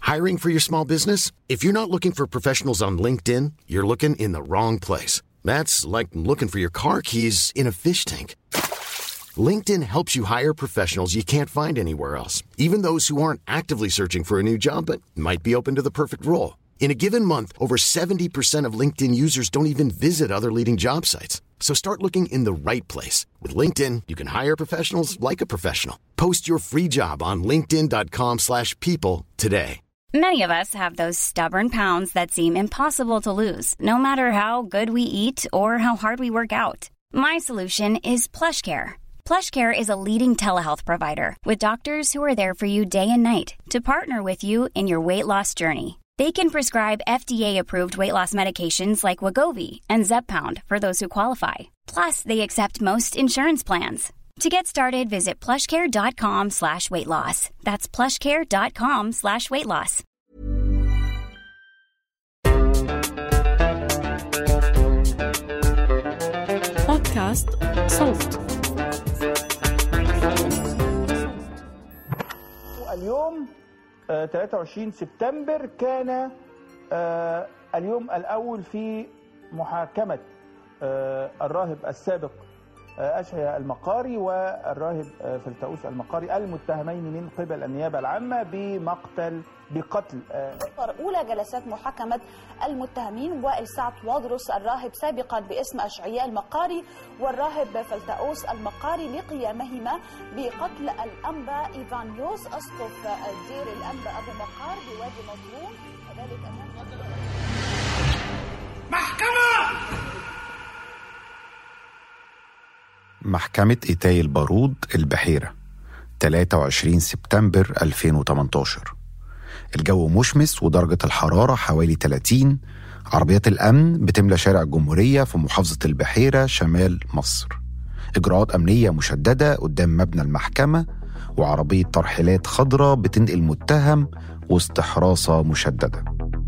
Hiring for your small business? If you're not looking for professionals on LinkedIn, you're looking in the wrong place. That's like looking for your car keys in a fish tank. LinkedIn helps you hire professionals you can't find anywhere else, even those who aren't actively searching for a new job but might be open to the perfect role. In a given month, over 70% of LinkedIn users don't even visit other leading job sites. So start looking in the right place. With LinkedIn, you can hire professionals like a professional. Post your free job on linkedin.com/people today. Many of us have those stubborn pounds that seem impossible to lose, no matter how good we eat or how hard we work out. My solution is PlushCare. PlushCare is a leading telehealth provider with doctors who are there for you day and night to partner with you in your weight loss journey. They can prescribe FDA-approved weight loss medications like Wegovy and Zepbound for those who qualify. Plus, they accept most insurance plans. To get started, visit plushcare.com/weightloss. That's plushcare.com/weightloss. بودكاست صوت. اليوم 23 سبتمبر كان اليوم الأول في محاكمة الراهب السابق أشعياء المقاري والراهب فلتأوس المقاري المتهمين من قبل النيابة العامة بقتل أولى جلسات محاكمة المتهمين وائل سعد واضرس الراهب سابقا باسم أشعياء المقاري والراهب فلتأوس المقاري لقيامهما بقتل الأنبا إيفانيوس أسقف دير الأنبا أبو مقار بوادي مظلوم وذلك أمام محكمة إيتاي البارود البحيرة 23 سبتمبر 2018. الجو مشمس ودرجة الحرارة حوالي 30. عربيات الأمن بتملى شارع الجمهورية في محافظة البحيرة شمال مصر. إجراءات أمنية مشددة قدام مبنى المحكمة، وعربية ترحيلات خضراء بتنقل متهم وسط حراسة مشددة.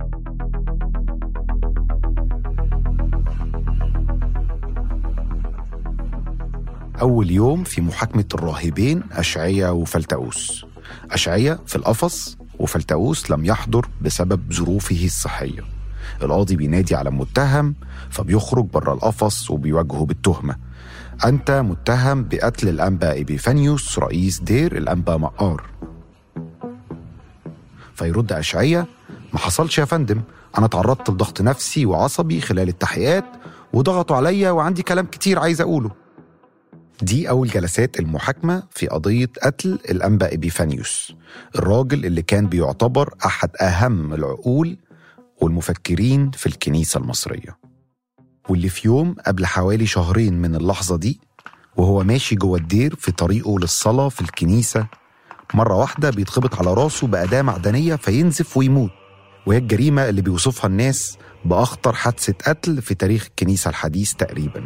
أول يوم في محاكمة الراهبين أشعياء وفلتأوس. أشعياء في القفص وفلتأوس لم يحضر بسبب ظروفه الصحية. القاضي بينادي على متهم فبيخرج بره القفص وبيواجهه بالتهمة: أنت متهم بقتل الأنبا إيبيفانيوس رئيس دير الأنبا مقار. فيرد أشعياء: ما حصلش يا فندم، أنا تعرضت لضغط نفسي وعصبي خلال التحقيقات وضغطوا عليا وعندي كلام كتير عايز أقوله. دي أول جلسات المحاكمة في قضية قتل الأنبا إيبيفانيوس، الراجل اللي كان بيعتبر أحد أهم العقول والمفكرين في الكنيسة المصرية، واللي في يوم قبل حوالي شهرين من اللحظة دي وهو ماشي جوه الدير في طريقه للصلاة في الكنيسة، مرة واحدة بيتخبط على راسه بأداة معدنية فينزف ويموت. وهي الجريمة اللي بيوصفها الناس بأخطر حادثة قتل في تاريخ الكنيسة الحديث تقريباً.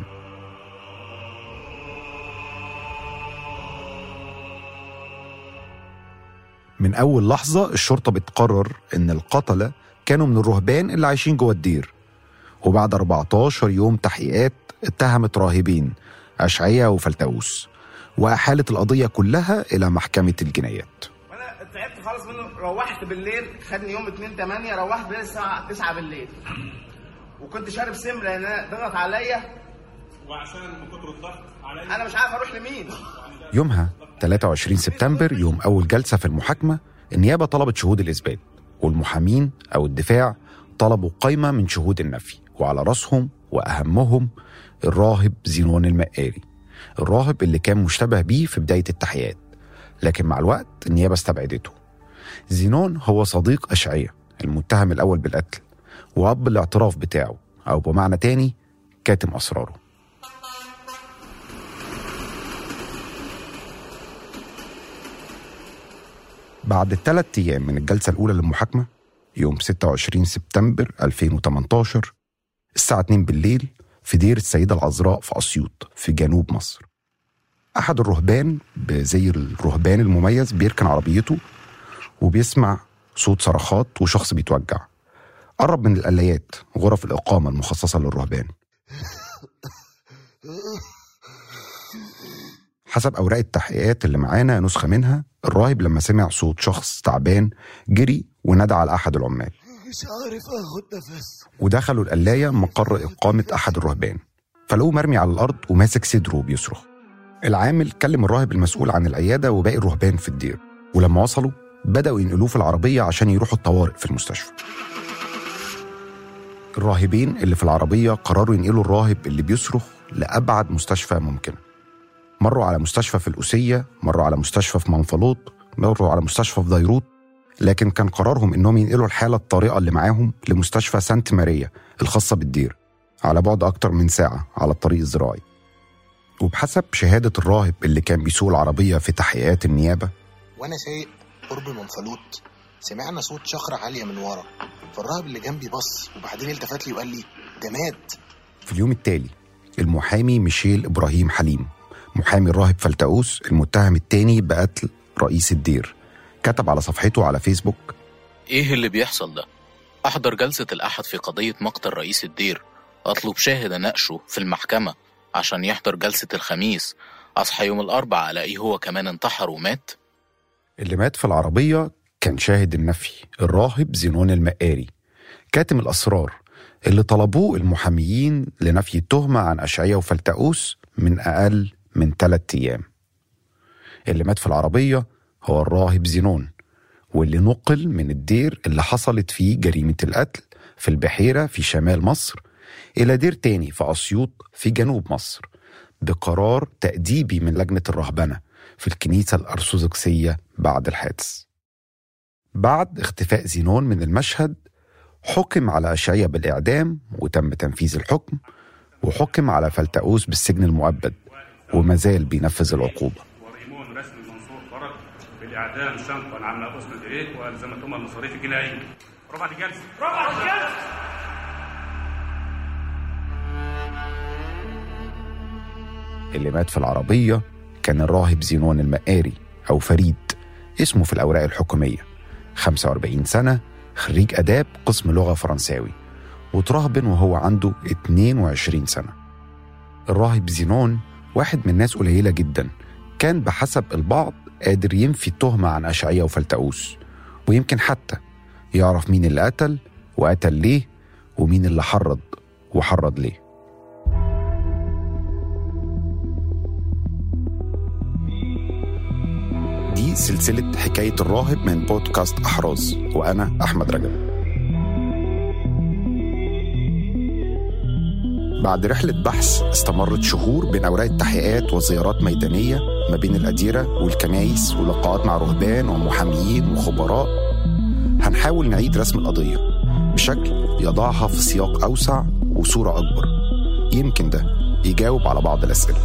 من أول لحظة الشرطة بتقرر إن القتلة كانوا من الرهبان اللي عايشين جوه الدير، وبعد 14 يوم تحقيقات اتهمت راهبين أشعياء وفلتأوس وأحالت القضية كلها إلى محكمة الجنايات. وأنا تعبت خالص منه، روحت بالليل، خدني يوم 2/8 روحت بالليل الساعة 9 بالليل، وكنت شارب سم لأن ضغط عليا، وعشان من كتر الضغط عليا أنا مش عارف أروح لمين. يومها 23 سبتمبر يوم أول جلسة في المحاكمة، النيابة طلبت شهود الإثبات، والمحامين أو الدفاع طلبوا قائمة من شهود النفي، وعلى رأسهم وأهمهم الراهب زينون المقاري، الراهب اللي كان مشتبه بيه في بداية التحقيقات، لكن مع الوقت النيابة استبعدته. زينون هو صديق أشعياء المتهم الأول بالقتل، وأب الاعتراف بتاعه، أو بمعنى تاني كاتم أسراره. بعد 3 أيام من الجلسة الأولى للمحاكمة يوم 26 سبتمبر 2018 الساعة 2 بالليل في دير السيدة العذراء في أسيوط في جنوب مصر، أحد الرهبان بزي الرهبان المميز بيركن عربيته وبيسمع صوت صرخات وشخص بيتوجع. قرب من القلايات غرف الإقامة المخصصة للرهبان، حسب أوراق التحقيقات اللي معانا نسخة منها، الراهب لما سمع صوت شخص تعبان جري ونادى على أحد العمال، مش عارف اخد نفس، ودخلوا القلاية مقر إقامة أحد الرهبان، فلقوه مرمي على الأرض وماسك صدره وبيصرخ. العامل كلم الراهب المسؤول عن العيادة وباقي الرهبان في الدير، ولما وصلوا بدأوا ينقلوه في العربية عشان يروحوا الطوارئ في المستشفى. الراهبين اللي في العربية قرروا ينقلوا الراهب اللي بيصرخ لأبعد مستشفى ممكنة. مروا على مستشفى في القوسية، مروا على مستشفى في منفلوط، مروا على مستشفى في ديروت، لكن كان قرارهم إنهم ينقلوا الحالة الطارئة اللي معاهم لمستشفى سانت ماريا الخاصة بالدير، على بعد أكتر من ساعة على الطريق الزراعي. وبحسب شهادة الراهب اللي كان بيسوق العربية في تحقيقات النيابة، وأنا سايق قرب منفلوط سمعنا صوت شخرة عالية من ورا، فالراهب اللي جنبي بص وبعدين التفت لي وقال لي ده مات. في اليوم التالي المحامي ميشيل إبراهيم حليم، محامي الراهب فلتأوس المتهم التاني بقتل رئيس الدير، كتب على صفحته على فيسبوك: ايه اللي بيحصل ده؟ احضر جلسة الأحد في قضية مقتل رئيس الدير، اطلب شاهد اناقشه في المحكمة عشان يحضر جلسة الخميس، اصحى يوم الأربعاء الاقيه هو كمان انتحر ومات. اللي مات في العربية كان شاهد النفي الراهب زينون المقاري، كاتم الأسرار اللي طلبوه المحاميين لنفي التهمة عن أشعية وفلتأوس من أقل من 3 أيام. اللي مات في العربية هو الراهب زينون، واللي نقل من الدير اللي حصلت فيه جريمة القتل في البحيرة في شمال مصر إلى دير تاني في أسيوط في جنوب مصر بقرار تأديبي من لجنة الرهبنة في الكنيسة الأرثوذكسية بعد الحادث. بعد اختفاء زينون من المشهد حكم على أشعية بالإعدام وتم تنفيذ الحكم، وحكم على فلتأوس بالسجن المؤبد ومازال بينفذ العقوبة. وريمون رسم المنصور فرض بالإعدام شنقا عن ناقوس مديريك وألزمتهما المصاريف الجنائية. رفعت الجلسة. اللي مات في العربية كان الراهب زينون المقاري أو فريد اسمه في الأوراق الحكومية، 45 سنة، خريج آداب قسم لغة فرنساوي، وترهبن وهو عنده 22 سنة. الراهب زينون واحد من ناس قليلة جدا كان بحسب البعض قادر ينفي التهمة عن أشعية وفلتأوس، ويمكن حتى يعرف مين اللي قتل وقتل ليه ومين اللي حرض وحرض ليه. دي سلسلة حكاية الراهب من بودكاست أحراز، وأنا أحمد رجب. بعد رحلة بحث استمرت شهور بين أوراق التحقيقات وزيارات ميدانية ما بين الأديرة والكنايس ولقاءات مع رهبان ومحاميين وخبراء، هنحاول نعيد رسم القضية بشكل يضعها في سياق أوسع وصورة أكبر، يمكن ده يجاوب على بعض الأسئلة.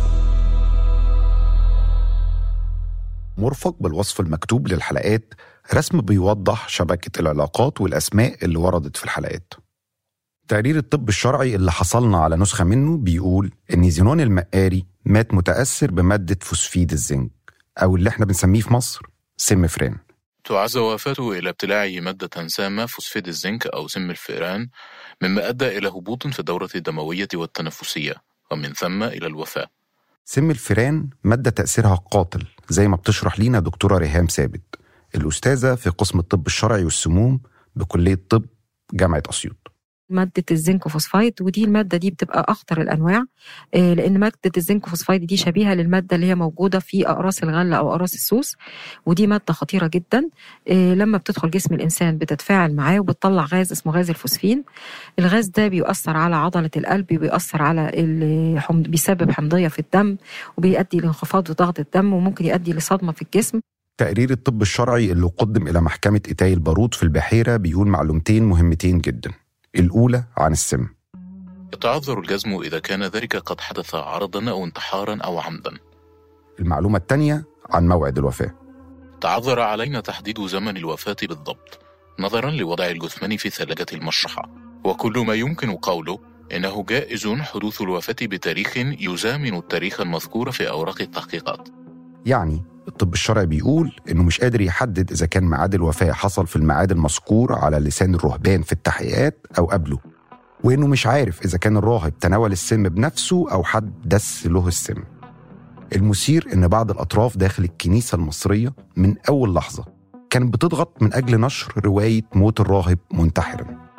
مرفق بالوصف المكتوب للحلقات رسم بيوضح شبكة العلاقات والأسماء اللي وردت في الحلقات. تقرير الطب الشرعي اللي حصلنا على نسخة منه بيقول إن زينون المقاري مات متأثر بمادة فوسفيد الزنك، أو اللي احنا بنسميه في مصر سم فران. تعزى وفاته إلى ابتلاعه مادة سامة فوسفيد الزنك أو سم الفئران، مما أدى إلى هبوط في الدورة الدموية والتنفسية، ومن ثم إلى الوفاة. سم الفئران مادة تأثيرها قاتل زي ما بتشرح لينا دكتورة ريهام ثابت، الأستاذة في قسم الطب الشرعي والسموم بكلية طب جامعة أسيوط. مادة الزنك فوسفايد، ودي المادة دي بتبقى أخطر الأنواع، لأن مادة الزنك فوسفايد دي شبيهة للمادة اللي هي موجودة في أقراص الغلة أو أقراص السوس، ودي مادة خطيرة جدا. لما بتدخل جسم الإنسان بتتفاعل معاه وبتطلع غاز اسمه غاز الفوسفين. الغاز ده بيؤثر على عضلة القلب، بيؤثر على بيسبب حمضية في الدم، وبيؤدي لانخفاض في ضغط الدم، وممكن يؤدي لصدمة في الجسم. تقرير الطب الشرعي اللي قدم إلى محكمة إيتاي البارود في البحيرة بيقول معلومتين مهمتين جدا. الأولى عن السم: يتعذر الجزم إذا كان ذلك قد حدث عرضا أو انتحارا أو عمدا. المعلومة الثانية عن موعد الوفاة: تعذر علينا تحديد زمن الوفاة بالضبط نظرا لوضع الجثمان في ثلاجة المشرحة، وكل ما يمكن قوله إنه جائز حدوث الوفاة بتاريخ يزامن التاريخ المذكور في أوراق التحقيقات. يعني الطب الشرعي بيقول إنه مش قادر يحدد إذا كان ميعاد الوفاة حصل في الميعاد المذكور على لسان الرهبان في التحقيقات أو قبله، وإنه مش عارف إذا كان الراهب تناول السم بنفسه أو حد دس له السم. المثير إن بعض الأطراف داخل الكنيسة المصرية من أول لحظة كانت بتضغط من أجل نشر رواية موت الراهب منتحراً.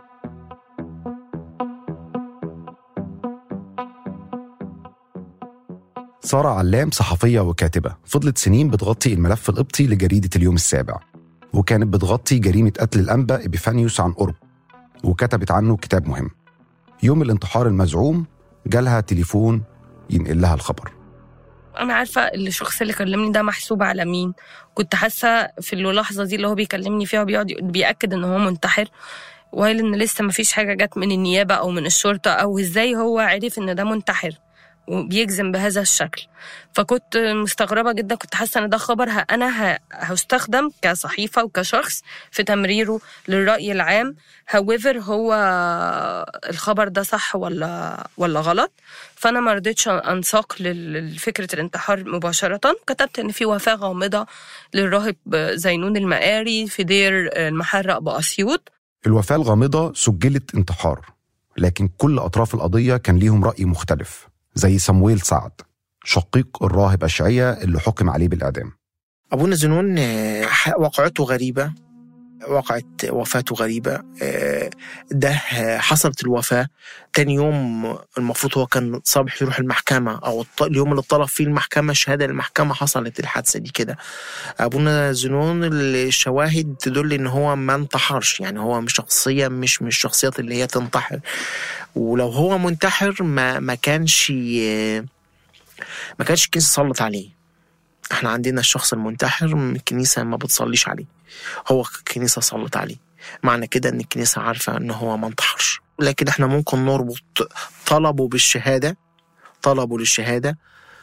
سارة علام صحفية وكاتبة، فضلت سنين بتغطي الملف القبطي لجريدة اليوم السابع، وكانت بتغطي جريمة قتل الأنبا إبيفانيوس عن قرب، وكتبت عنه كتاب مهم. يوم الانتحار المزعوم جالها تليفون ينقل لها الخبر. أنا عارفة الشخص اللي كلمني ده محسوب على مين. كنت حاسة في اللحظة دي اللي هو بيكلمني فيها وبيقعد بيأكد إن هو منتحر، وقال إن لسه مفيش حاجة جت من النيابة أو من الشرطة، أو إزاي هو عرف إن ده منتحر وبيجزم بهذا الشكل. فكنت مستغربة جدا، كنت حاسة ان ده خبر انا هستخدم كصحيفة وكشخص في تمريره للرأي العام. however هو الخبر ده صح ولا غلط. فانا ما رضيتش انساق لفكرة الانتحار مباشرة. كتبت ان في وفاة غامضة للراهب زينون المقاري في دير المحرق بأسيوط. الوفاة الغامضة سجلت انتحار، لكن كل أطراف القضية كان ليهم رأي مختلف، زي صمويل سعد شقيق الراهب أشعياء اللي حكم عليه بالإعدام. أبونا زينون وقعته غريبة، وقعت وفاته غريبة. ده حصلت الوفاة تاني يوم، المفروض هو كان صبح يروح المحكمة، أو اليوم اللي طلب فيه المحكمة شهادة المحكمة حصلت الحادثة دي كده. أبونا زينون الشواهد تدل إن هو ما انتحرش، يعني هو شخصية مش الشخصيات اللي هي تنتحر. ولو هو منتحر ما كانش الكنيسة صلت عليه. احنا عندنا الشخص المنتحر الكنيسة ما بتصليش عليه، هو الكنيسة صلت عليه، معنى كده ان الكنيسة عارفة ان هو ما انتحرش. لكن احنا ممكن نربط طلبه للشهادة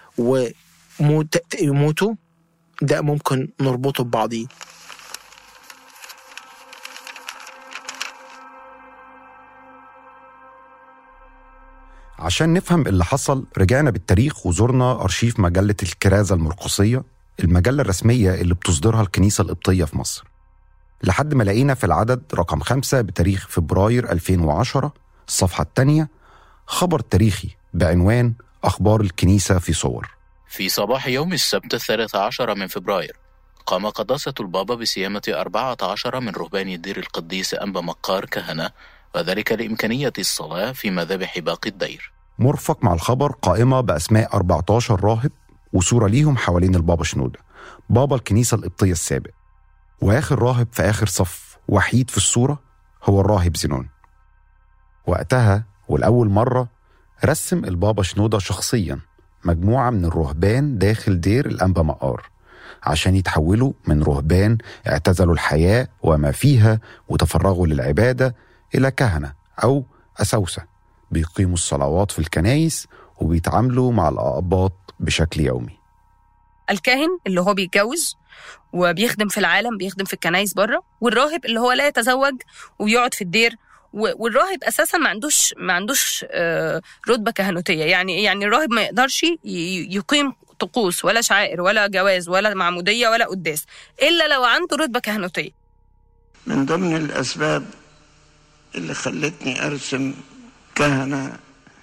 وموته، ده ممكن نربطه ببعضيه. عشان نفهم اللي حصل رجعنا بالتاريخ وزورنا أرشيف مجلة الكرازة المرقسية، المجلة الرسمية اللي بتصدرها الكنيسة القبطية في مصر، لحد ما لقينا في العدد رقم 5 بتاريخ فبراير 2010 الصفحة الثانية خبر تاريخي بعنوان أخبار الكنيسة في صور. في صباح يوم السبت 13 من فبراير قام قداسة البابا بصيامة 14 من رهبان دير القديس أنبا مقار كهنة، وذلك لإمكانية الصلاة في مذابح باقي الدير. مرفق مع الخبر قائمة بأسماء 14 راهب وصورة ليهم حوالين البابا شنودة، بابا الكنيسة القبطية السابق. وآخر راهب في آخر صف وحيد في الصورة هو الراهب زينون. وقتها والأول مرة رسم البابا شنودة شخصيا مجموعة من الرهبان داخل دير الأنبا مقار عشان يتحولوا من رهبان اعتزلوا الحياة وما فيها وتفرغوا للعبادة إلى كهنة أو أسوسة بيقيموا الصلوات في الكنايس وبيتعاملوا مع الأقباط بشكل يومي. الكاهن اللي هو بيتجوز وبيخدم في العالم، بيخدم في الكنايس بره، والراهب اللي هو لا يتزوج ويقعد في الدير. والراهب أساسا ما عندوش رتبة كهنوتية، يعني الراهب ما يقدرش يقيم طقوس ولا شعائر ولا جواز ولا معمودية ولا قداس إلا لو عنده رتبة كهنوتية. من ضمن الأسباب اللي خلتني أرسم كهنة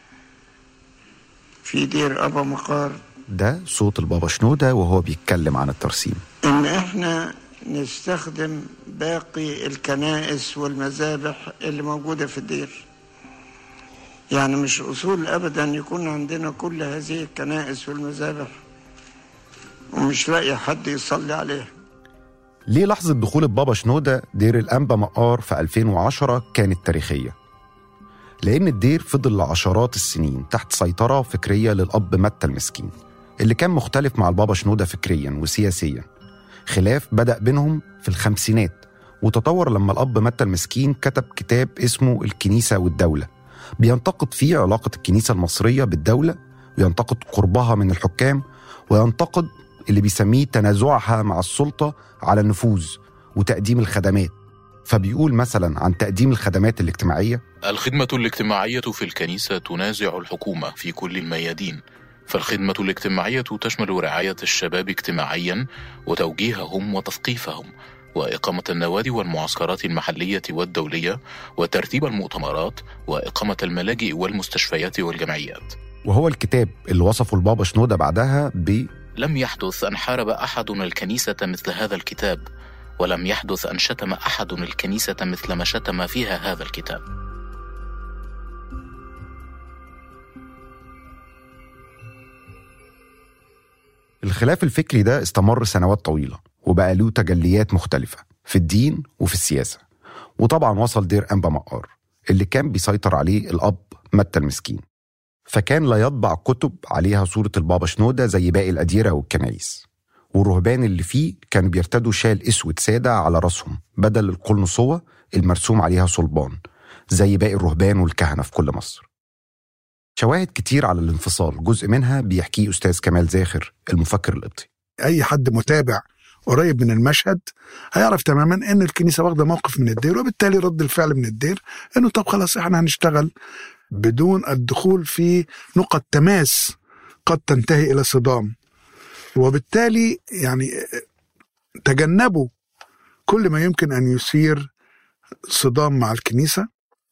في دير أبا مقار، ده صوت البابا شنودة وهو بيتكلم عن الترسيم، إن إحنا نستخدم باقي الكنائس والمذابح اللي موجودة في الدير. يعني مش أصول أبدا يكون عندنا كل هذه الكنائس والمذابح ومش لاقي حد يصلي عليها. ليه لحظة دخول البابا شنودة دير الأنبا مقار في 2010 كانت تاريخية؟ لأن الدير فضل لعشرات السنين تحت سيطرة فكرية للأب متى المسكين، اللي كان مختلف مع البابا شنودة فكريا وسياسيا. خلاف بدأ بينهم في الخمسينات وتطور لما الأب متى المسكين كتب كتاب اسمه الكنيسة والدولة، بينتقد فيه علاقة الكنيسة المصرية بالدولة، وينتقد قربها من الحكام، وينتقد اللي بيسميه تنازعها مع السلطة على النفوذ وتقديم الخدمات. فبيقول مثلا عن تقديم الخدمات الاجتماعية: الخدمة الاجتماعية في الكنيسة تنازع الحكومة في كل الميادين، فالخدمة الاجتماعية تشمل رعاية الشباب اجتماعيا وتوجيههم وتثقيفهم، وإقامة النوادي والمعسكرات المحلية والدولية، وترتيب المؤتمرات، وإقامة الملاجئ والمستشفيات والجمعيات. وهو الكتاب اللي وصفه البابا شنودة بعدها لم يحدث أن حارب أحد الكنيسة مثل هذا الكتاب، ولم يحدث أن شتم أحد الكنيسة مثل ما شتم فيها هذا الكتاب. الخلاف الفكري ده استمر سنوات طويلة، وبقى له تجليات مختلفة في الدين وفي السياسة. وطبعا وصل دير أنبا مقار اللي كان بيسيطر عليه الأب متى المسكين، فكان لا يطبع كتب عليها صورة البابا شنودة زي باقي الأديرة والكنايس. والرهبان اللي فيه كانوا بيرتدوا شال أسود سادة على رأسهم بدل القلنصوة المرسوم عليها صلبان زي باقي الرهبان والكهنة في كل مصر. شواهد كتير على الانفصال، جزء منها بيحكيه أستاذ كمال زاخر المفكر القبطي. أي حد متابع قريب من المشهد هيعرف تماما أن الكنيسة واخدة موقف من الدير، وبالتالي رد الفعل من الدير أنه طب خلاص احنا هنشتغل بدون الدخول في نقط تماس قد تنتهي إلى صدام. وبالتالي يعني تجنبوا كل ما يمكن أن يثير صدام مع الكنيسة.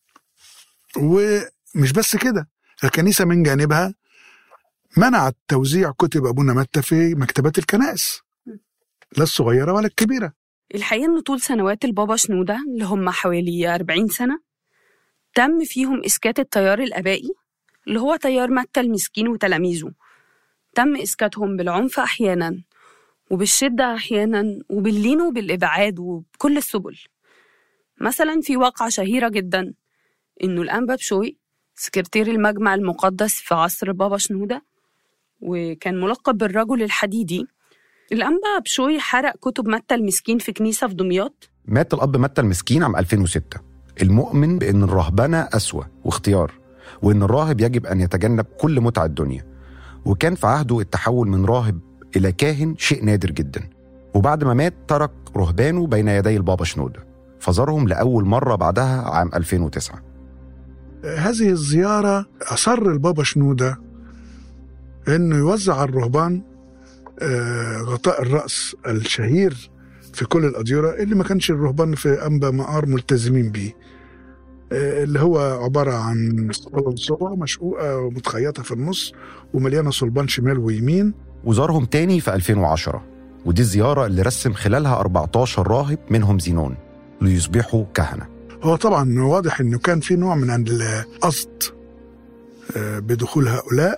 ومش بس كده، الكنيسة من جانبها منعت توزيع كتب أبونا متى في مكتبات الكنائس، لا الصغيرة ولا الكبيرة. الحقيقة أن طول سنوات البابا شنودة اللي هم حوالي 40 سنة تم فيهم إسكات التيار الآبائي اللي هو تيار متى المسكين وتلاميذه. تم إسكاتهم بالعنف أحياناً وبالشدة أحياناً وباللين وبالإبعاد وبكل السبل. مثلاً في واقعة شهيرة جداً إنه الأنبا بشوي سكرتير المجمع المقدس في عصر البابا شنودة وكان ملقب بالرجل الحديدي، الأنبا بشوي حرق كتب متى المسكين في كنيسة في دمياط. مات الأب متى المسكين عام 2006 المؤمن بأن الرهبنة أسوة واختيار، وأن الراهب يجب أن يتجنب كل متع الدنيا. وكان في عهده التحول من راهب إلى كاهن شيء نادر جدا. وبعد ما مات ترك رهبانه بين يدي البابا شنودة، فزارهم لأول مرة بعدها عام 2009. هذه الزيارة أصر البابا شنودة أنه يوزع على الرهبان غطاء الرأس الشهير في كل الأديرة اللي ما كانش الرهبان في أنبا مقار ملتزمين به، اللي هو عبارة عن صلبة مشقوقة ومتخيطة في النص ومليانة صلبان شمال ويمين. وزارهم تاني في 2010، ودي الزيارة اللي رسم خلالها 14 راهب منهم زينون ليصبحوا كهنة. هو طبعا واضح أنه كان في نوع من القصد بدخول هؤلاء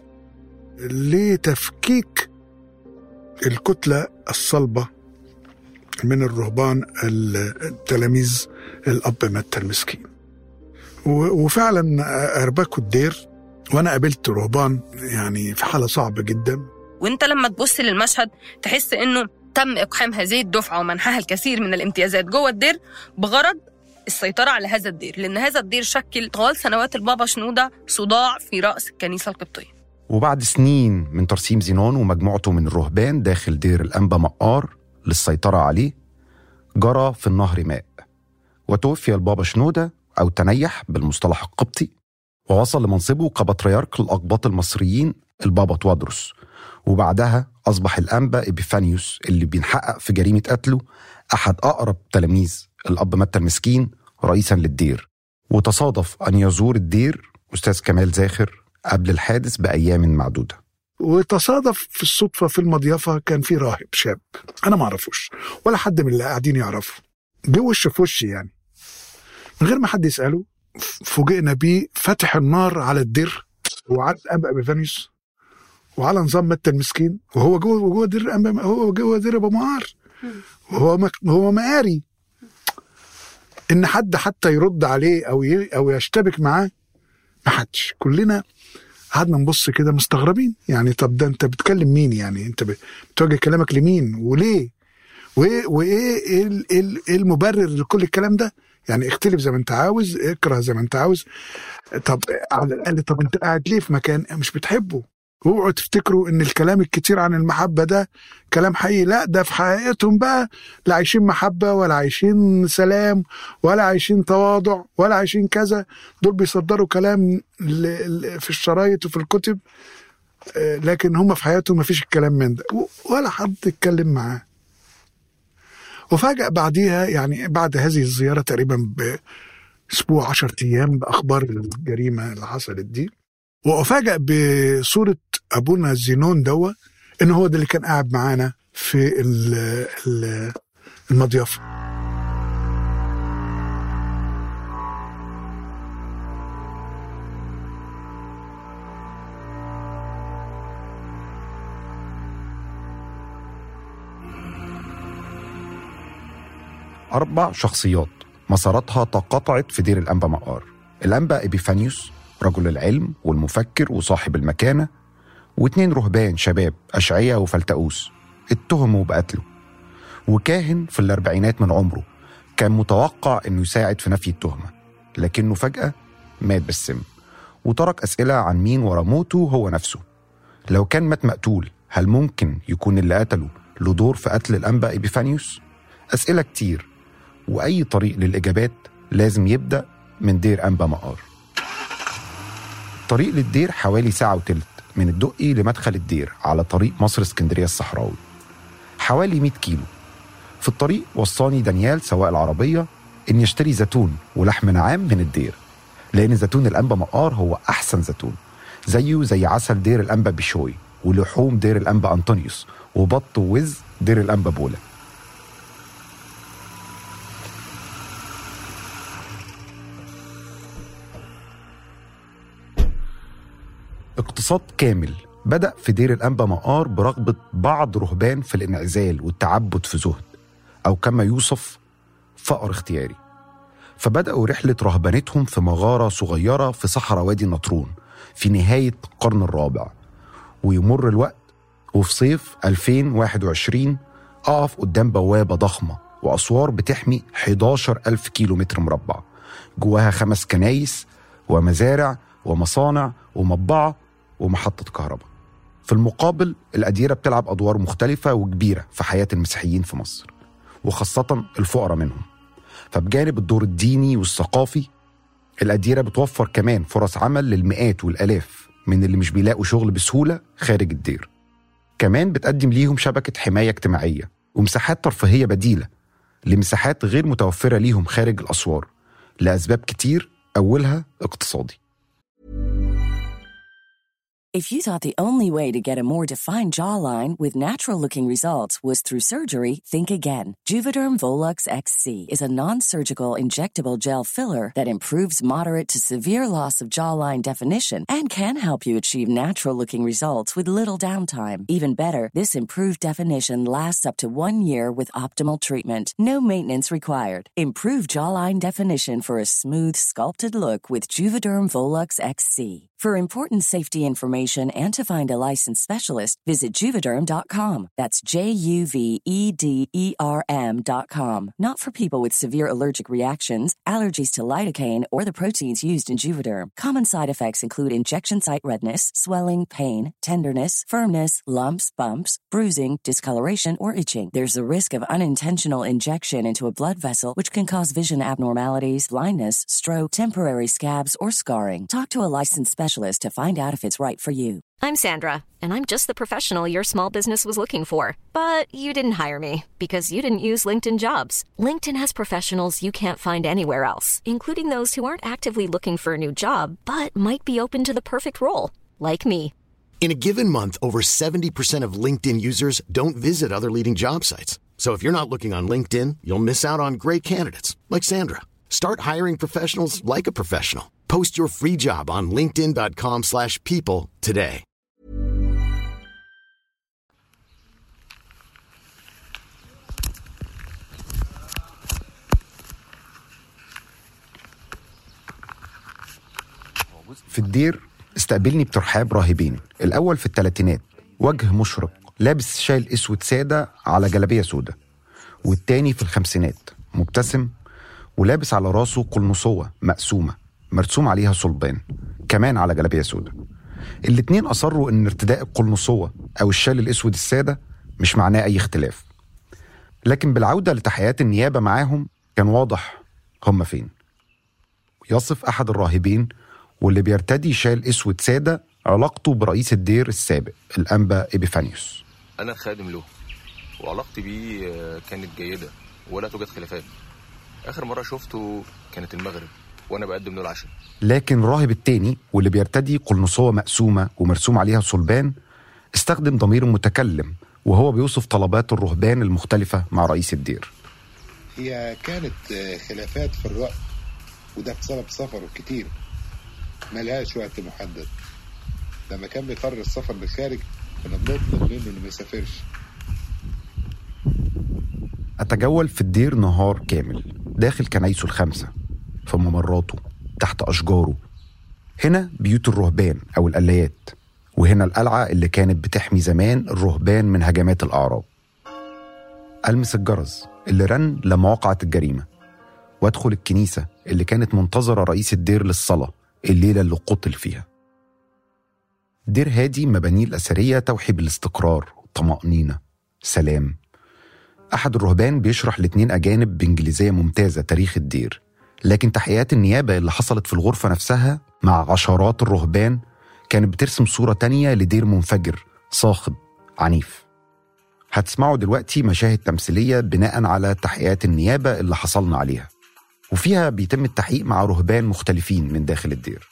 لتفكيك الكتلة الصلبة من الرهبان التلاميذ الأب متى المسكين. وفعلا أربكوا الدير، وأنا قابلت رهبان يعني في حالة صعبة جدا. وانت لما تبص للمشهد تحس انه تم إقحام هذه الدفعة ومنحها الكثير من الامتيازات جوه الدير بغرض السيطرة على هذا الدير، لأن هذا الدير شكل طوال سنوات البابا شنودة صداع في رأس الكنيسة القبطية. وبعد سنين من ترسيم زينون ومجموعته من الرهبان داخل دير الأنبا مقار للسيطرة عليه، جرى في النهر ماء، وتوفي البابا شنودة أو تنيح بالمصطلح القبطي، ووصل لمنصبه كبطريرك الأقباط المصريين البابا توادرس. وبعدها أصبح الأنبا إبيفانيوس اللي بينحقق في جريمة قتله أحد أقرب تلاميذ الأب متى المسكين رئيسا للدير. وتصادف أن يزور الدير أستاذ كمال زاخر قبل الحادث بأيام معدودة. وتصادف في الصدفة في المضيافة كان في راهب شاب أنا ما أعرفوش ولا حد من اللي قاعدين يعرفه، جه وش في وشي يعني من غير ما حد يسأله. فوجئنا بيه فتح النار على الدير وعلى الأنبا إبيفانيوس وعلى نظام متى المسكين، وهو جوه دير هو جوه دير أبو مقار، وهو مقاري. إن حد حتى يرد عليه أو يشتبك معاه ما حدش. كلنا قعدنا نبص كده مستغربين، يعني طب ده انت بتكلم مين؟ يعني انت بتوجه كلامك لمين وليه؟ وايه المبرر لكل الكلام ده؟ يعني اختلف زي ما انت عاوز، اكره زي ما انت عاوز، طب على الاقل طب انت قاعد ليه في مكان مش بتحبه؟ اوعوا تفتكروا ان الكلام الكتير عن المحبة ده كلام حقيقي، لا ده في حقيقتهم بقى لا عايشين محبة ولا عايشين سلام ولا عايشين تواضع ولا عايشين كذا. دول بيصدروا كلام في الشرايط وفي الكتب، لكن هم في حياتهم مفيش الكلام من ده ولا حد يتكلم معاه. وفجأة بعديها يعني بعد هذه الزيارة تقريبا بأسبوع 10 أيام بأخبار الجريمة اللي حصلت دي، وأفاجأ بصورة أبونا زينون دوا إن هو ده اللي كان قاعد معانا في المضيافة. أربع شخصيات مساراتها تقاطعت في دير الأنبا مقار: الأنبا إبيفانيوس رجل العلم والمفكر وصاحب المكانة، واتنين رهبان شباب أشعية وفلتأوس اتهموا بقتله، وكاهن في الأربعينات من عمره كان متوقع أنه يساعد في نفي التهمة، لكنه فجأة مات بالسم وترك أسئلة عن مين ورا موته هو نفسه. لو كان مات مقتول، هل ممكن يكون اللي قتله له دور في قتل الأنبا إبيفانيوس؟ أسئلة كتير، وأي طريق للإجابات لازم يبدأ من دير أنبا مقار. طريق للدير حوالي ساعة وتلت من الدقي لمدخل الدير على طريق مصر اسكندرية الصحراوي، حوالي 100 كيلو. في الطريق وصاني دانيال سواق العربية إن يشتري زيتون ولحم نعام من الدير، لأن زيتون الأنبا مقار هو أحسن زيتون، زيه زي عسل دير الأنبا بشوي ولحوم دير الأنبا أنطونيوس وبط ووز دير الأنبا بولا. اقتصاد كامل بدأ في دير الأنبا مقار برغبة بعض رهبان في الانعزال والتعبد في زهد، أو كما يوصف فقر اختياري. فبدأوا رحلة رهبانتهم في مغارة صغيرة في صحراء وادي النطرون في نهاية القرن الرابع. ويمر الوقت، وفي صيف 2021 أقف قدام بوابة ضخمة وأسوار بتحمي 11,000 كيلومتر مربع، جواها 5 كنايس ومزارع ومصانع ومطبعة ومحطة كهرباء. في المقابل الأديرة بتلعب أدوار مختلفة وكبيرة في حياة المسيحيين في مصر، وخاصة الفقراء منهم. فبجانب الدور الديني والثقافي، الأديرة بتوفر كمان فرص عمل للمئات والآلاف من اللي مش بيلاقوا شغل بسهولة خارج الدير. كمان بتقدم ليهم شبكة حماية اجتماعية ومساحات ترفيهية بديلة لمساحات غير متوفرة ليهم خارج الأسوار لأسباب كتير، أولها اقتصادي. If you thought the only way to get a more defined jawline with natural-looking results was through surgery, think again. Juvederm Volux XC is a non-surgical injectable gel filler that improves moderate to severe loss of jawline definition and can help you achieve natural-looking results with little downtime. Even better, this improved definition lasts up to 1 year with optimal treatment. No maintenance required. Improve jawline definition for a smooth, sculpted look with Juvederm Volux XC. For important safety information and to find a licensed specialist, visit Juvederm.com. That's JUVEDERM.com. Not for people with severe allergic reactions, allergies to lidocaine, or the proteins used in Juvederm. Common side effects include injection site redness, swelling, pain, tenderness, firmness, lumps, bumps, bruising, discoloration, or itching. There's a risk of unintentional injection into a blood vessel, which can cause vision abnormalities, blindness, stroke, temporary scabs, or scarring. Talk to a licensed specialist to find out if it's right for you. I'm Sandra, and I'm just the professional your small business was looking for. But you didn't hire me because you didn't use LinkedIn Jobs. LinkedIn has professionals you can't find anywhere else, including those who aren't actively looking for a new job, but might be open to the perfect role, like me. In a given month, over 70% of LinkedIn users don't visit other leading job sites. So if you're not looking on LinkedIn, you'll miss out on great candidates like Sandra. Start hiring professionals like a professional. Post your free job on linkedin.com/people today. في الدير استقبلني بترحاب راهبين. الأول في الثلاثينات، وجه مشرق لابس شال أسود سادة على جلابية سودة، والتاني في الخمسينات مبتسم ولابس على راسه قلنصوة مقسومة مرسوم عليها صلبان كمان على جلابية سودة. الاتنين أصروا إن ارتداء القلنصوة أو الشال الأسود السادة مش معناه أي اختلاف، لكن بالعودة لتحيات النيابة معاهم كان واضح هم فين. يصف أحد الراهبين واللي بيرتدي شال أسود سادة علاقته برئيس الدير السابق الأنبا إبيفانيوس. أنا خادم له وعلاقتي بيه كانت جيدة ولا توجد خلافات. آخر مرة شفته كانت المغرب وانا بقدم له العشاء. لكن الراهب التاني واللي بيرتدي قلنسوة مقسومة ومرسوم عليها صلبان استخدم ضمير متكلم وهو بيوصف طلبات الرهبان المختلفة مع رئيس الدير. هي كانت خلافات في الرأي، وده بسبب سفره كتير ملهاش وقت محدد. لما كان بيقرر السفر للخارج كنا بنطلب منه انه ما يسافرش. أتجول في الدير نهار كامل داخل كنايسه الخمسة، في ممراته، تحت أشجاره. هنا بيوت الرهبان أو القلايات، وهنا القلعة اللي كانت بتحمي زمان الرهبان من هجمات الأعراب. ألمس الجرس اللي رن لما وقعت الجريمة، وأدخل الكنيسة اللي كانت منتظرة رئيس الدير للصلاة الليلة اللي قتل فيها. دير هادي مبانيه الأثرية توحي بالاستقرار، طمأنينة، سلام. أحد الرهبان بيشرح ل2 أجانب بإنجليزية ممتازة تاريخ الدير، لكن تحقيقات النيابة اللي حصلت في الغرفة نفسها مع عشرات الرهبان كانت بترسم صورة تانية لدير منفجر، صاخب، عنيف. هتسمعوا دلوقتي مشاهد تمثيلية بناء على تحقيقات النيابة اللي حصلنا عليها، وفيها بيتم التحقيق مع رهبان مختلفين من داخل الدير.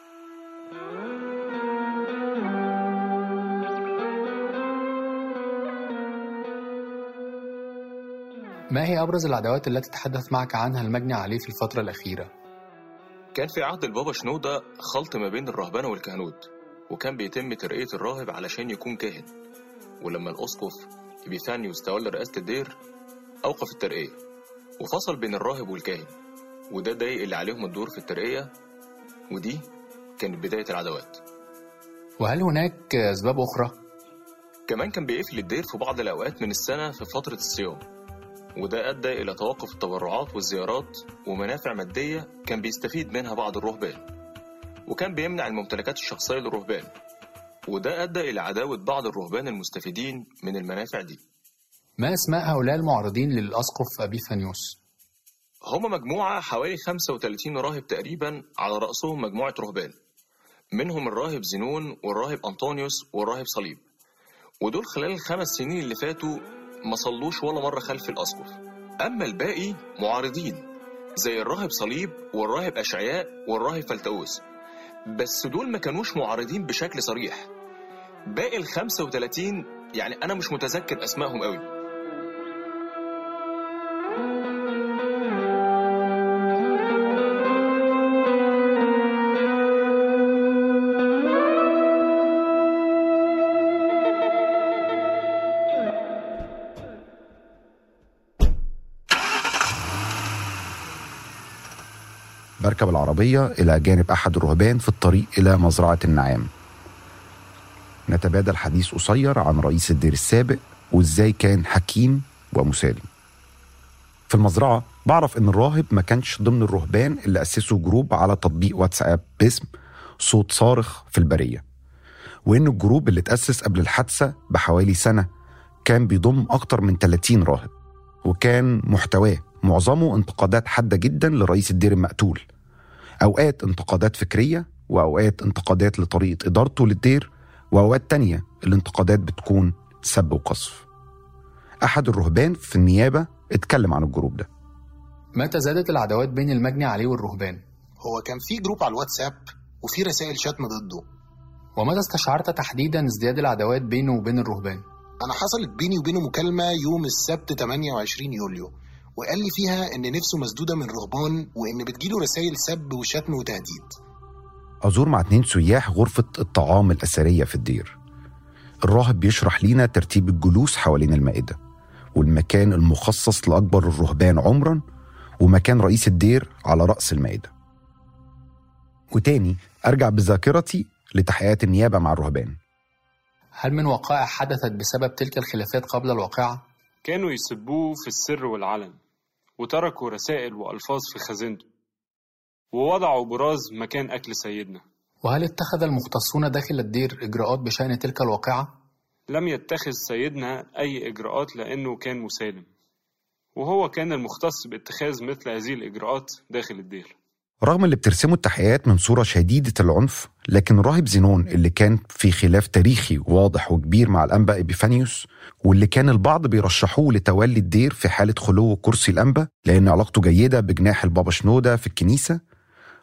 ما هي أبرز العداوات التي تحدث معك عنها المجني عليه في الفترة الأخيرة؟ كان في عهد البابا شنودة خلط ما بين الرهبنة والكهنوت، وكان بيتم ترقية الراهب علشان يكون كاهن. ولما الأسقف إبيفانيوس تولى رئاسة الدير أوقف الترقية وفصل بين الراهب والكاهن، وده ضايق اللي عليهم الدور في الترقية، ودي كانت بداية العداوات. وهل هناك أسباب أخرى؟ كمان كان بيقفل الدير في بعض الأوقات من السنة في فترة الصيام، وده أدى إلى توقف التبرعات والزيارات ومنافع مادية كان بيستفيد منها بعض الرهبان، وكان بيمنع الممتلكات الشخصية للرهبان، وده أدى إلى عداوة بعض الرهبان المستفيدين من المنافع دي. ما اسماء هؤلاء المعارضين للأسقف أبيفانيوس؟ هم مجموعة حوالي 35 راهب تقريبا، على رأسهم مجموعة رهبان، منهم الراهب زينون والراهب أنطونيوس والراهب صليب، ودول خلال ال5 سنين اللي فاتوا ما صلوش ولا مرة خلف الأسقف. أما الباقي معارضين زي الراهب صليب والراهب أشعياء والراهب فلتأوس، بس دول ما كانوش معارضين بشكل صريح. باقي ال35 يعني أنا مش متذكر أسمائهم قوي. بركب العربية إلى جانب أحد الرهبان في الطريق إلى مزرعة النعام. نتبادل حديث قصير عن رئيس الدير السابق وإزاي كان حكيم ومسالم. في المزرعة بعرف إن الراهب ما كانش ضمن الرهبان اللي أسسوا جروب على تطبيق واتساب باسم صوت صارخ في البرية، وإن الجروب اللي تأسس قبل الحادثة بحوالي سنة كان بيضم أكتر من 30 راهب، وكان محتواه معظمه انتقادات حادة جدا لرئيس الدير المقتول، أوقات انتقادات فكرية وأوقات انتقادات لطريقة إدارته للدير، وأوقات تانية الانتقادات بتكون سب وقصف. أحد الرهبان في النيابة اتكلم عن الجروب ده. متى زادت العداوات بين المجني عليه والرهبان؟ هو كان في جروب على الواتساب وفي رسائل شتم ضده. ومتى استشعرت تحديدا ازدياد العداوات بينه وبين الرهبان؟ أنا حصلت بيني وبينه مكالمة يوم السبت 28 يوليو، وقال لي فيها إن نفسه مسدودة من رهبان وإن بتجيله رسائل سب وشتم وتهديد. أزور مع 2 سياح غرفة الطعام الأثرية في الدير. الراهب بيشرح لينا ترتيب الجلوس حوالين المائدة، والمكان المخصص لأكبر الرهبان عمرا، ومكان رئيس الدير على رأس المائدة. وتاني أرجع بذاكرتي لتحقيقات النيابة مع الرهبان. هل من وقائع حدثت بسبب تلك الخلافات قبل الواقعة؟ كانوا يسبوه في السر والعلن، وتركوا رسائل وألفاظ في خزينته، ووضعوا براز مكان أكل سيدنا. وهل اتخذ المختصون داخل الدير إجراءات بشأن تلك الواقعة؟ لم يتخذ سيدنا أي إجراءات لأنه كان مسالم، وهو كان المختص باتخاذ مثل هذه الإجراءات داخل الدير. رغم اللي بترسمه التحقيقات من صورة شديدة العنف، لكن الراهب زينون اللي كان في خلاف تاريخي واضح وكبير مع الأنبا إبيفانيوس، واللي كان البعض بيرشحوه لتولي الدير في حالة خلو كرسي الأنبا لأن علاقته جيدة بجناح البابا شنودة في الكنيسة،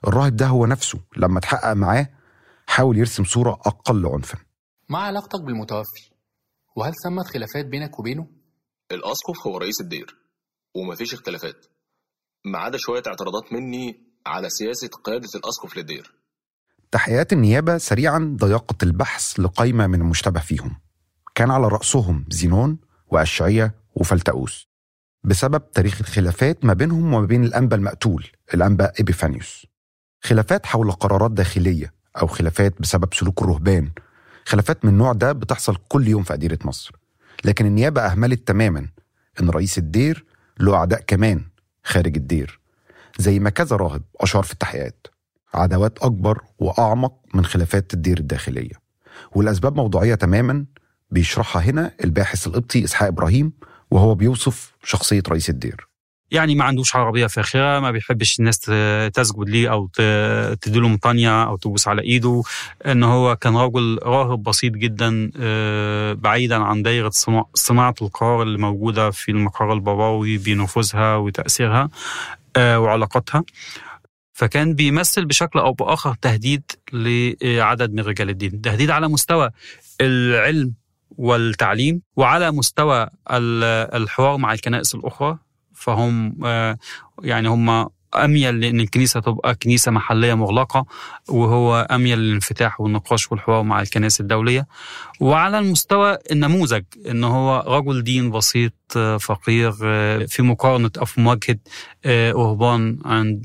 الراهب ده هو نفسه لما اتحقق معاه حاول يرسم صورة أقل عنفا. مع علاقتك بالمتوفي، وهل ثمت خلافات بينك وبينه؟ الأسقف هو رئيس الدير ومفيش اختلافات، ما عدا شوية اعتراضات مني على سياسة قيادة الأسقف للدير. تحقيقات النيابة سريعا ضيقت البحث لقائمة من المشتبه فيهم، كان على رأسهم زينون وأشعية وفلتأوس، بسبب تاريخ الخلافات ما بينهم وما بين الأنبا المقتول الأنبا إبيفانيوس. خلافات حول قرارات داخلية أو خلافات بسبب سلوك الرهبان. خلافات من النوع ده بتحصل كل يوم في أديرة مصر، لكن النيابة أهملت تماما إن رئيس الدير له أعداء كمان خارج الدير، زي ما كذا راهب أشار في التحقيقات، عداوات أكبر وأعمق من خلافات الدير الداخلية، والأسباب موضوعية تماما بيشرحها هنا الباحث القبطي إسحاق إبراهيم وهو بيوصف شخصية رئيس الدير. يعني ما عندوش عربية فاخرة، ما بيحبش الناس تسجد ليه أو تديله مطانية أو تبوس على إيده، إن هو كان رجل راهب بسيط جدا بعيدا عن دائرة صناعة القرار اللي موجودة في المقر البابوي بنفوذها وتأثيرها وعلاقاتها. فكان بيمثل بشكل أو بآخر تهديد لعدد من رجال الدين، تهديد على مستوى العلم والتعليم وعلى مستوى الحوار مع الكنائس الأخرى. فهم يعني هم أميل لأن الكنيسة تبقى كنيسة محلية مغلقة، وهو أميل للانفتاح والنقاش والحوار مع الكنائس الدولية. وعلى المستوى النموذج إنه هو رجل دين بسيط فقير في مقارنة أو في مواجهة رهبان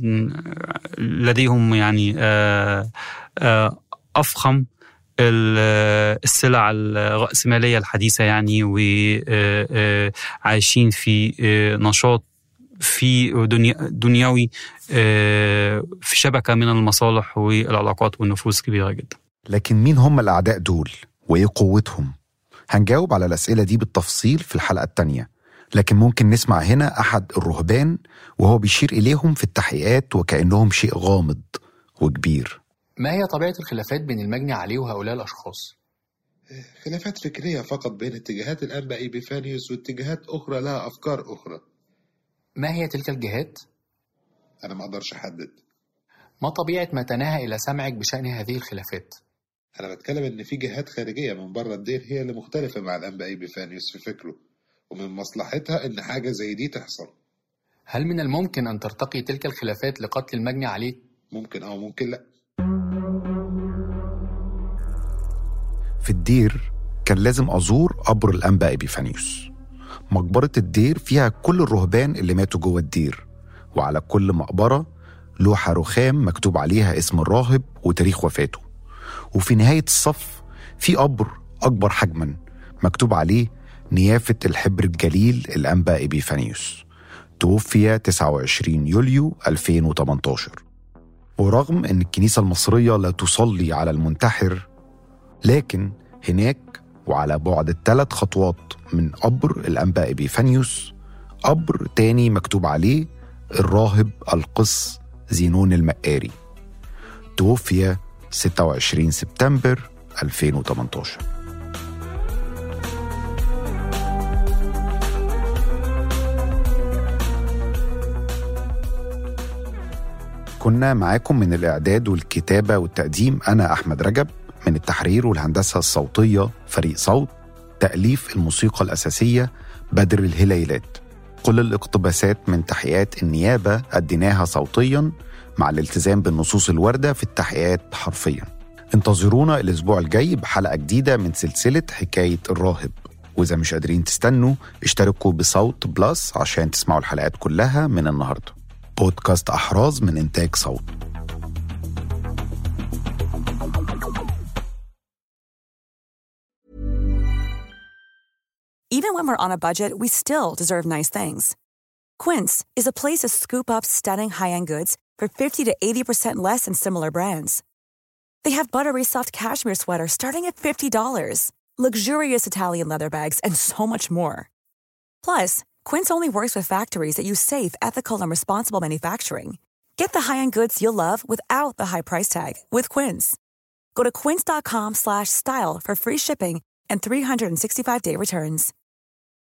لديهم يعني أفخم السلع الرأسمالية الحديثة يعني، وعايشين في نشاط في دنيوي في شبكة من المصالح والعلاقات والنفوذ كبيرة جدا. لكن مين هم الأعداء دول وإيه قوتهم؟ هنجاوب على الأسئلة دي بالتفصيل في الحلقة التانية، لكن ممكن نسمع هنا أحد الرهبان وهو بيشير إليهم في التحقيقات وكأنهم شيء غامض وكبير. ما هي طبيعة الخلافات بين المجني عليه وهؤلاء الأشخاص؟ خلافات فكرية فقط بين اتجاهات الأنبا إبيفانيوس واتجاهات أخرى لها أفكار أخرى. ما هي تلك الجهات؟ أنا ما أقدرش أحدد. ما طبيعة ما تناهى إلى سمعك بشأن هذه الخلافات؟ أنا بتكلم إن في جهات خارجية من بره الدير هي اللي مختلفة مع الأنبا إبيفانيوس في فكره، ومن مصلحتها إن حاجة زي دي تحصل. هل من الممكن أن ترتقي تلك الخلافات لقتل المجني عليه؟ ممكن أو ممكن لأ. في الدير كان لازم أزور قبر الأنبا إبيفانيوس. مقبرة الدير فيها كل الرهبان اللي ماتوا جوه الدير، وعلى كل مقبرة لوحة رخام مكتوب عليها اسم الراهب وتاريخ وفاته. وفي نهاية الصف في قبر أكبر حجما مكتوب عليه نيافة الحبر الجليل الأنبا إبيفانيوس، توفي 29 يوليو 2018. ورغم أن الكنيسة المصرية لا تصلي على المنتحر، لكن هناك وعلى بعد 3 خطوات من قبر الأنبا إبيفانيوس قبر تاني مكتوب عليه الراهب القس زينون المقاري، توفي 26 سبتمبر 2018. كنا معاكم من الإعداد والكتابة والتقديم أنا أحمد رجب، من التحرير والهندسة الصوتية فريق صوت، تأليف الموسيقى الأساسية بدر الهليلات. كل الاقتباسات من تحقيقات النيابة أديناها صوتيا مع الالتزام بالنصوص الواردة في التحقيقات حرفيا. انتظرونا الأسبوع الجاي بحلقة جديدة من سلسلة حكاية الراهب، وإذا مش قادرين تستنوا اشتركوا بصوت بلس عشان تسمعوا الحلقات كلها من النهاردة. بودكاست أحراز من إنتاج صوت. Even when we're on a budget, we still deserve nice things. Quince is a place to scoop up stunning high-end goods for 50 to 80% less than similar brands. They have buttery soft cashmere sweaters starting at $50, luxurious Italian leather bags, and so much more. Plus, Quince only works with factories that use safe, ethical, and responsible manufacturing. Get the high-end goods you'll love without the high price tag with Quince. Go to quince.com/style for free shipping and 365-day returns.